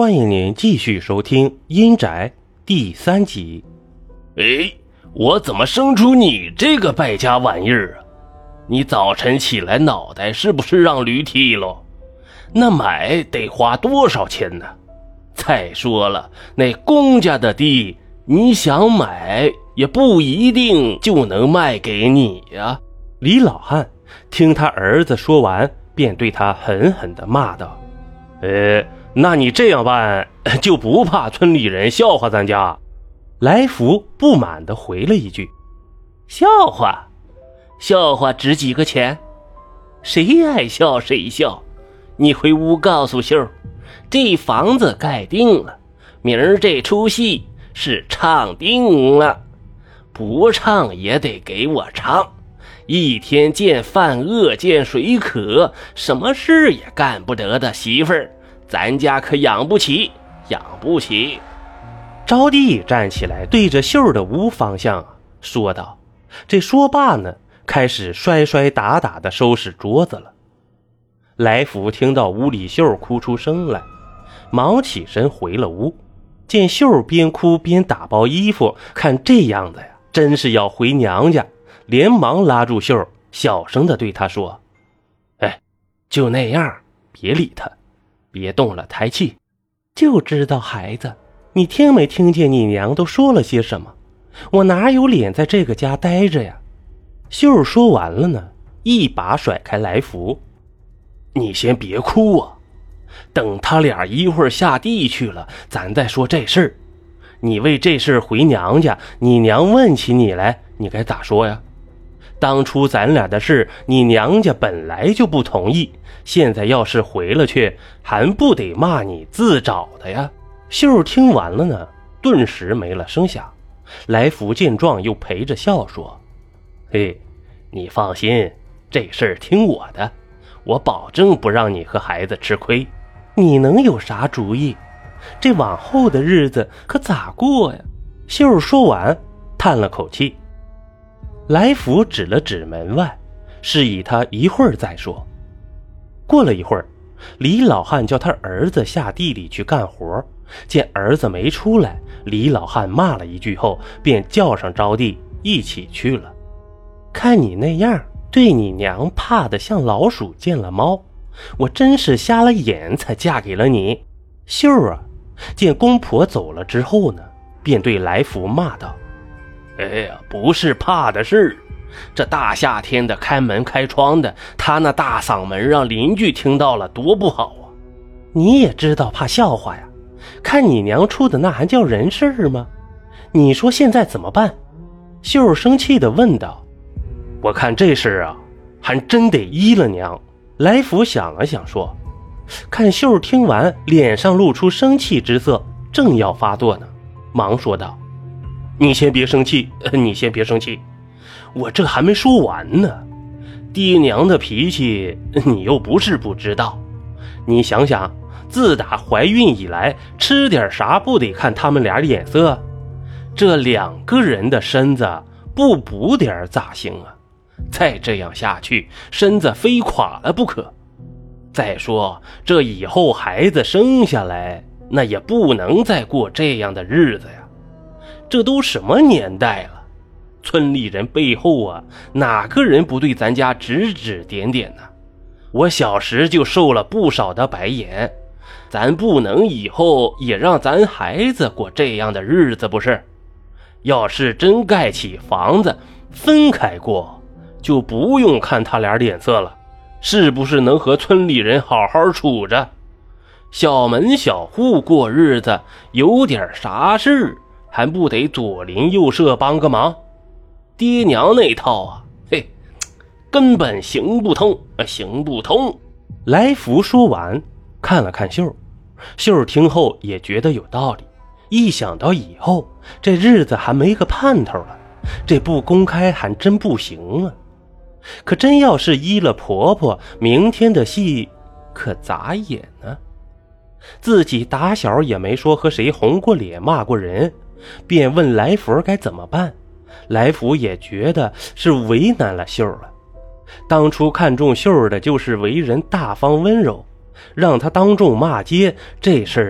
欢迎您继续收听《阴宅》第3集。 我怎么生出你这个败家玩意儿啊？你早晨起来脑袋是不是让驴踢了？那买得花多少钱呢？再说了，那公家的地，你想买也不一定就能卖给你呀。 李老汉听他儿子说完，便对他狠狠地骂道：那你这样办就不怕村里人笑话咱家？来福不满地回了一句： 笑话？笑话值几个钱？谁爱笑谁笑。你回屋告诉秀，这房子盖定了，明儿这出戏是唱定了，不唱也得给我唱。一天见饭饿见水渴，什么事也干不得的媳妇儿，咱家可养不起，养不起。 招娣站起来对着秀的屋方向说道，这说罢呢，开始摔摔打打的收拾桌子了。来福听到屋里秀哭出声来，忙起身回了屋，见秀边哭边打包衣服，看这样子呀，真是要回娘家，连忙拉住秀，小声地对他说：就那样，别理他，别动了胎气。就知道孩子，你听没听见你娘都说了些什么？我哪有脸在这个家待着呀？秀说完了呢，一把甩开来福：你先别哭啊，等他俩一会儿下地去了，咱再说这事儿。你为这事儿回娘家，你娘问起你来，你该咋说呀？当初咱俩的事，你娘家本来就不同意，现在要是回了去，还不得骂你自找的呀？秀听完了呢，顿时没了声响。来福见状又陪着笑说：你放心，这事儿听我的，我保证不让你和孩子吃亏。你能有啥主意？这往后的日子可咋过呀？秀说完叹了口气。来福指了指门外，示意他一会儿再说。过了一会儿，李老汉叫他儿子下地里去干活，见儿子没出来，李老汉骂了一句后，便叫上招娣一起去了。看你那样，对你娘怕得像老鼠见了猫，我真是瞎了眼才嫁给了你。秀见公婆走了之后呢，便对来福骂道： 不是怕的事，这大夏天的开门开窗的，他那大嗓门让邻居听到了多不好啊。 你也知道怕笑话呀，看你娘出的那还叫人事吗？你说现在怎么办？秀生气地问道。我看这事啊，还真得依了娘。来福想了想说。看秀听完，脸上露出生气之色，正要发作呢，忙说道：你先别生气，我这还没说完呢。爹娘的脾气你又不是不知道，你想想，自打怀孕以来，吃点啥不得看他们俩脸色？这2个人的身子不补点咋行啊？再这样下去，身子非垮了不可。再说这以后孩子生下来，那也不能再过这样的日子呀。这都什么年代了，村里人背后啊，哪个人不对咱家指指点点呢？我小时就受了不少的白眼，咱不能以后也让咱孩子过这样的日子不是？要是真盖起房子分开过，就不用看他俩脸色了，是不是能和村里人好好处着？小门小户过日子，有点啥事还不得左邻右舍帮个忙？爹娘那套啊，根本行不通。来福说完，看了看秀，秀听后也觉得有道理，一想到以后这日子还没个盼头了，这不公开还真不行啊。可真要是依了婆婆，明天的戏可咋演呢？自己打小也没说和谁红过脸骂过人，便问来福该怎么办。来福也觉得是为难了秀了。当初看中秀的就是为人大方温柔，让他当众骂街，这事儿啊，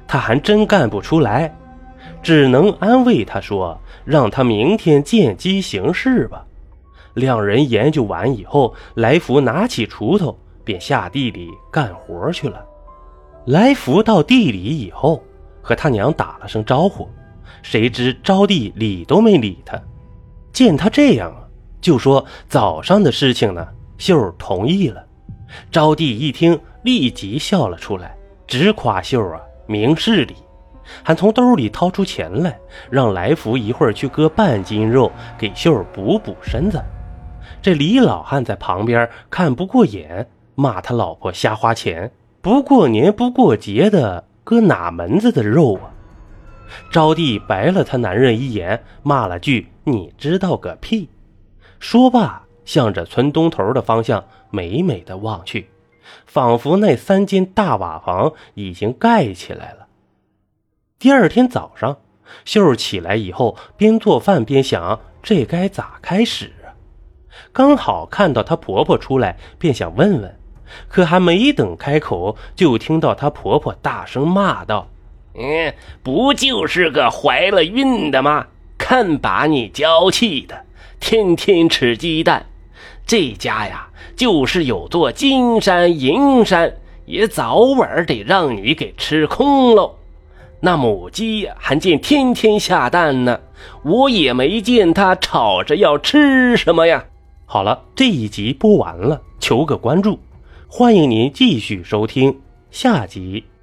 他还真干不出来，只能安慰他说让他明天见机行事吧。两人研究完以后，来福拿起锄头便下地里干活去了。来福到地里以后，和他娘打了声招呼，谁知招娣理都没理他。见他这样，就说早上的事情呢，秀儿同意了。招娣一听，立即笑了出来，直夸秀儿明事理，还从兜里掏出钱来，让来福一会儿去割半斤肉给秀儿补身子。这李老汉在旁边看不过眼，骂他老婆瞎花钱，不过年不过节的割哪门子的肉啊。招娣白了他男人一眼，骂了句你知道个屁。说罢向着村东头的方向美美的望去，仿佛那3间大瓦房已经盖起来了。第二天早上，秀儿起来以后，边做饭边想这该咋开始啊。刚好看到她婆婆出来，便想问问，可还没等开口，就听到她婆婆大声骂道， 不就是个怀了孕的吗？看把你娇气的，天天吃鸡蛋，这家呀就是有座金山银山，也早晚得让你给吃空喽。那母鸡还见天天下蛋呢，我也没见它吵着要吃什么呀。 好了，这一集播完了，求个关注，欢迎您继续收听下集。